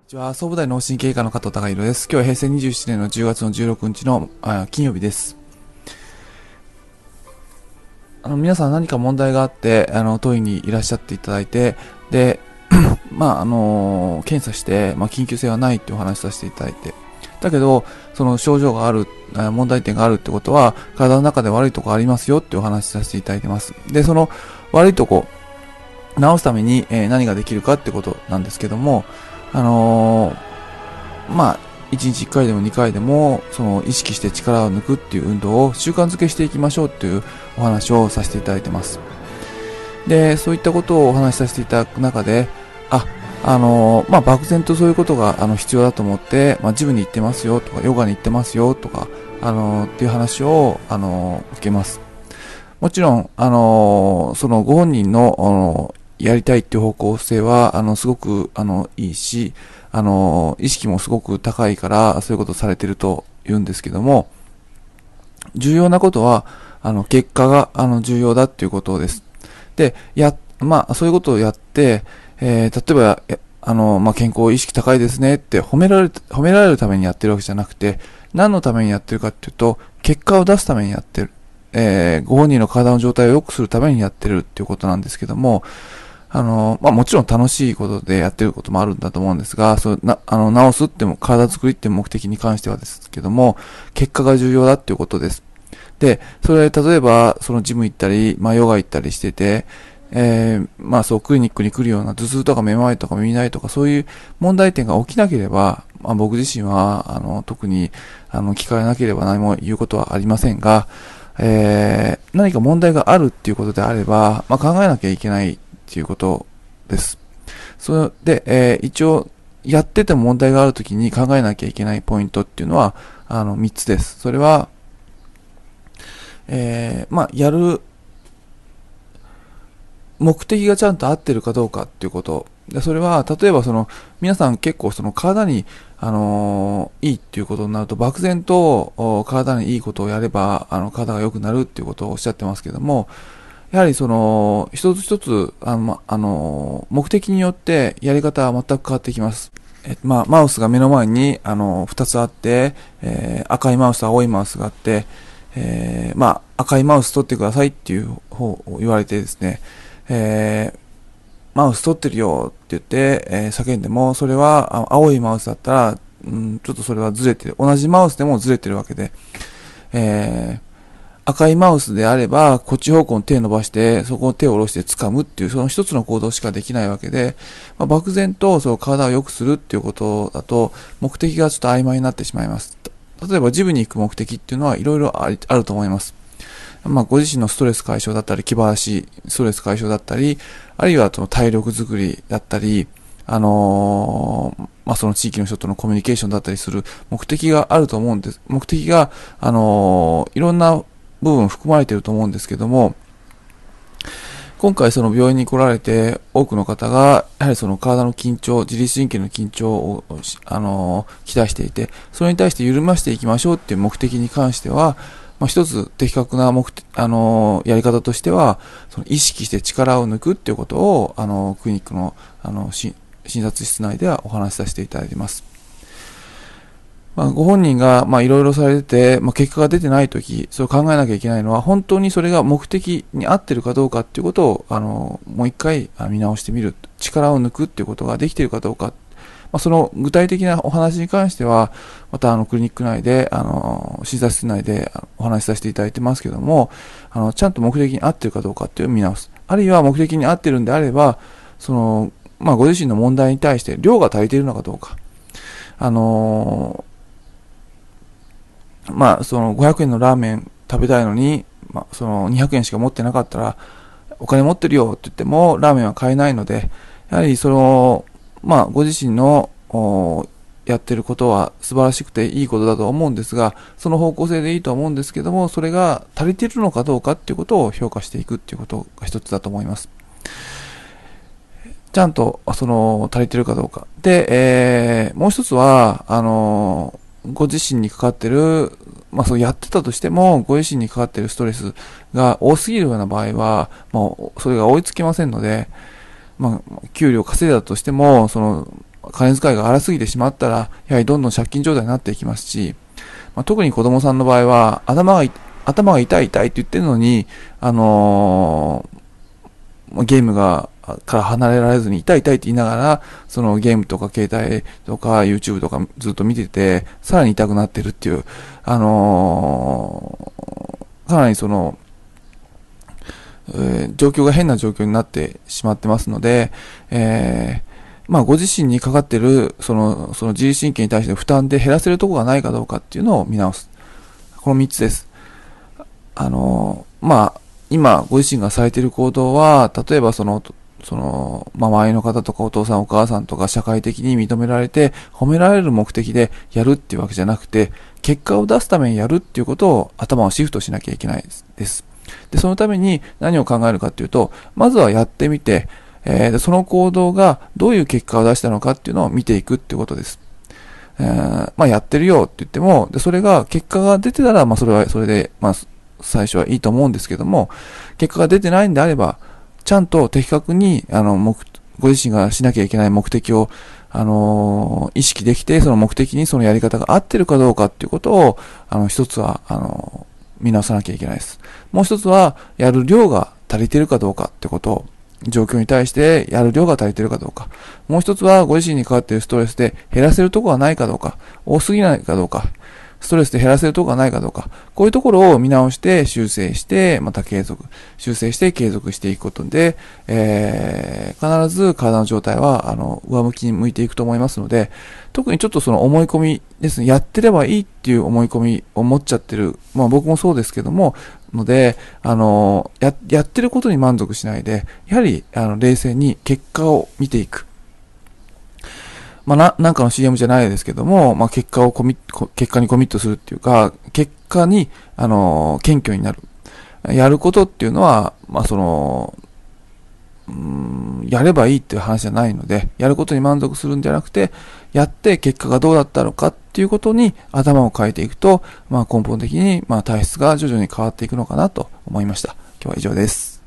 ちは、総武大脳神経科の加藤孝弘です。今日は平成27年の10月の16日の金曜日です。皆さん何か問題があって、当院にいらっしゃっていただいて、で、検査して、緊急性はないってお話しさせていただいて、だけど、その症状がある、問題点があるってことは、体の中で悪いとこありますよってお話しさせていただいてます。で、その悪いとこ、治すために、何ができるかってことなんですけども、1日1回でも2回でも、意識して力を抜くっていう運動を習慣づけしていきましょうっていうお話をさせていただいてます。で、そういったことをお話しさせていただく中で、漠然とそういうことが、必要だと思って、ジムに行ってますよとか、ヨガに行ってますよとか、っていう話を、受けます。もちろん、そのご本人の、やりたいっていう方向性は、すごく、いいし、意識もすごく高いから、そういうことをされてると言うんですけども、重要なことは、結果が、重要だっていうことです。で、そういうことをやって、例えば、健康意識高いですねって褒められるためにやってるわけじゃなくて、何のためにやってるかっていうと、結果を出すためにやってる。ご本人の体の状態を良くするためにやってるっていうことなんですけども、もちろん楽しいことでやってることもあるんだと思うんですが、治すっても、体作りって目的に関してはですけども、結果が重要だっていうことです。で、それ、例えば、ジム行ったり、ヨガ行ったりしてて、クリニックに来るような頭痛とかめまいとか耳鳴りとかそういう問題点が起きなければ、僕自身は、特に、聞かれなければ何も言うことはありませんが、何か問題があるっていうことであれば、考えなきゃいけないっていうことです。それで、一応、やってても問題があるときに考えなきゃいけないポイントっていうのは、3つです。それは、やる目的がちゃんと合ってるかどうかっていうこと。で、それは、例えば皆さん結構体に、いいっていうことになると、漠然と、体にいいことをやれば、体が良くなるっていうことをおっしゃってますけども、やはり一つ一つ、目的によってやり方は全く変わってきます。マウスが目の前に、二つあって、赤いマウスと青いマウスがあって、赤いマウス取ってくださいっていう方を言われてですね、マウス取ってるよって言って、叫んでも、それは青いマウスだったら、ちょっとそれはずれてる。同じマウスでもずれてるわけで、赤いマウスであれば、こっち方向に手伸ばして、そこを手を下ろして掴むっていう、その一つの行動しかできないわけで、漠然と体を良くするっていうことだと、目的がちょっと曖昧になってしまいます。例えばジムに行く目的っていうのはいろいろあると思います。ご自身のストレス解消だったり、気晴らしいストレス解消だったり、あるいは体力づくりだったり、その地域の人とのコミュニケーションだったりする目的があると思うんです。目的が、いろんな部分含まれていると思うんですけども、今回病院に来られて多くの方が、やはり体の緊張、自律神経の緊張を、期待していて、それに対して緩ませていきましょうっていう目的に関しては、一つ的確なやり方としては、意識して力を抜くっていうことを、クリニックの、診察室内ではお話しさせていただいています。ご本人が、いろいろされてて、結果が出てないとき、それを考えなきゃいけないのは、本当にそれが目的に合ってるかどうかっていうことを、もう一回見直してみる。力を抜くっていうことができているかどうか。その具体的なお話に関しては、またクリニック内で、診察室内でお話しさせていただいてますけども、ちゃんと目的に合ってるかどうかっていうのを見直す。あるいは目的に合ってるんであれば、ご自身の問題に対して量が足りているのかどうか。500円のラーメン食べたいのに、200円しか持ってなかったら、お金持ってるよって言っても、ラーメンは買えないので、やはりご自身の、やってることは素晴らしくていいことだと思うんですが、その方向性でいいと思うんですけども、それが足りているのかどうかっていうことを評価していくっていうことが一つだと思います。ちゃんと、足りてるかどうか。で、もう一つは、ご自身にかかってる、やってたとしても、ご自身にかかってるストレスが多すぎるような場合は、それが追いつきませんので、給料稼いだとしても、 金遣いが荒すぎてしまったら、やはりどんどん借金状態になっていきますし、特に子供さんの場合は、頭が痛い痛いって言ってるのに、ゲームから離れられずに痛い痛いって言いながら、そのゲームとか携帯とか YouTube とかずっと見てて、さらに痛くなってるっていう、かなりその、状況が変な状況になってしまってますので、ご自身にかかっている、その自律神経に対して負担で減らせるところがないかどうかっていうのを見直す。この3つです。今、ご自身がされている行動は、例えば周りの方とかお父さんお母さんとか社会的に認められて、褒められる目的でやるっていうわけじゃなくて、結果を出すためにやるっていうことを頭をシフトしなきゃいけないです。で、そのために何を考えるかっていうと、まずはやってみて、その行動がどういう結果を出したのかっていうのを見ていくっていうことです。やってるよって言っても、で、それが結果が出てたら、それはそれで、最初はいいと思うんですけども、結果が出てないんであれば、ちゃんと的確に、ご自身がしなきゃいけない目的を、意識できて、その目的にそのやり方が合ってるかどうかっていうことを、一つは、見直さなきゃいけないです。もう一つは、やる量が足りてるかどうかってことを、状況に対してやる量が足りてるかどうか。もう一つは、ご自身にかかっているストレスで減らせるところがないかどうか、多すぎないかどうか、ストレスで減らせるところがないかどうか、こういうところを見直して修正して、また修正して継続していくことで、必ず体の状態は、上向きに向いていくと思いますので、特にちょっとその思い込みですね、やってればいいっていう思い込みを持っちゃってる、僕もそうですけども、ので、やってることに満足しないで、やはり、冷静に結果を見ていく。なんかの CM じゃないですけども、結果にコミットするっていうか、結果に、謙虚になる。やることっていうのは、やればいいっていう話じゃないので、やることに満足するんじゃなくて、やって結果がどうだったのかっていうことに頭を変えていくと、根本的に、体質が徐々に変わっていくのかなと思いました。今日は以上です。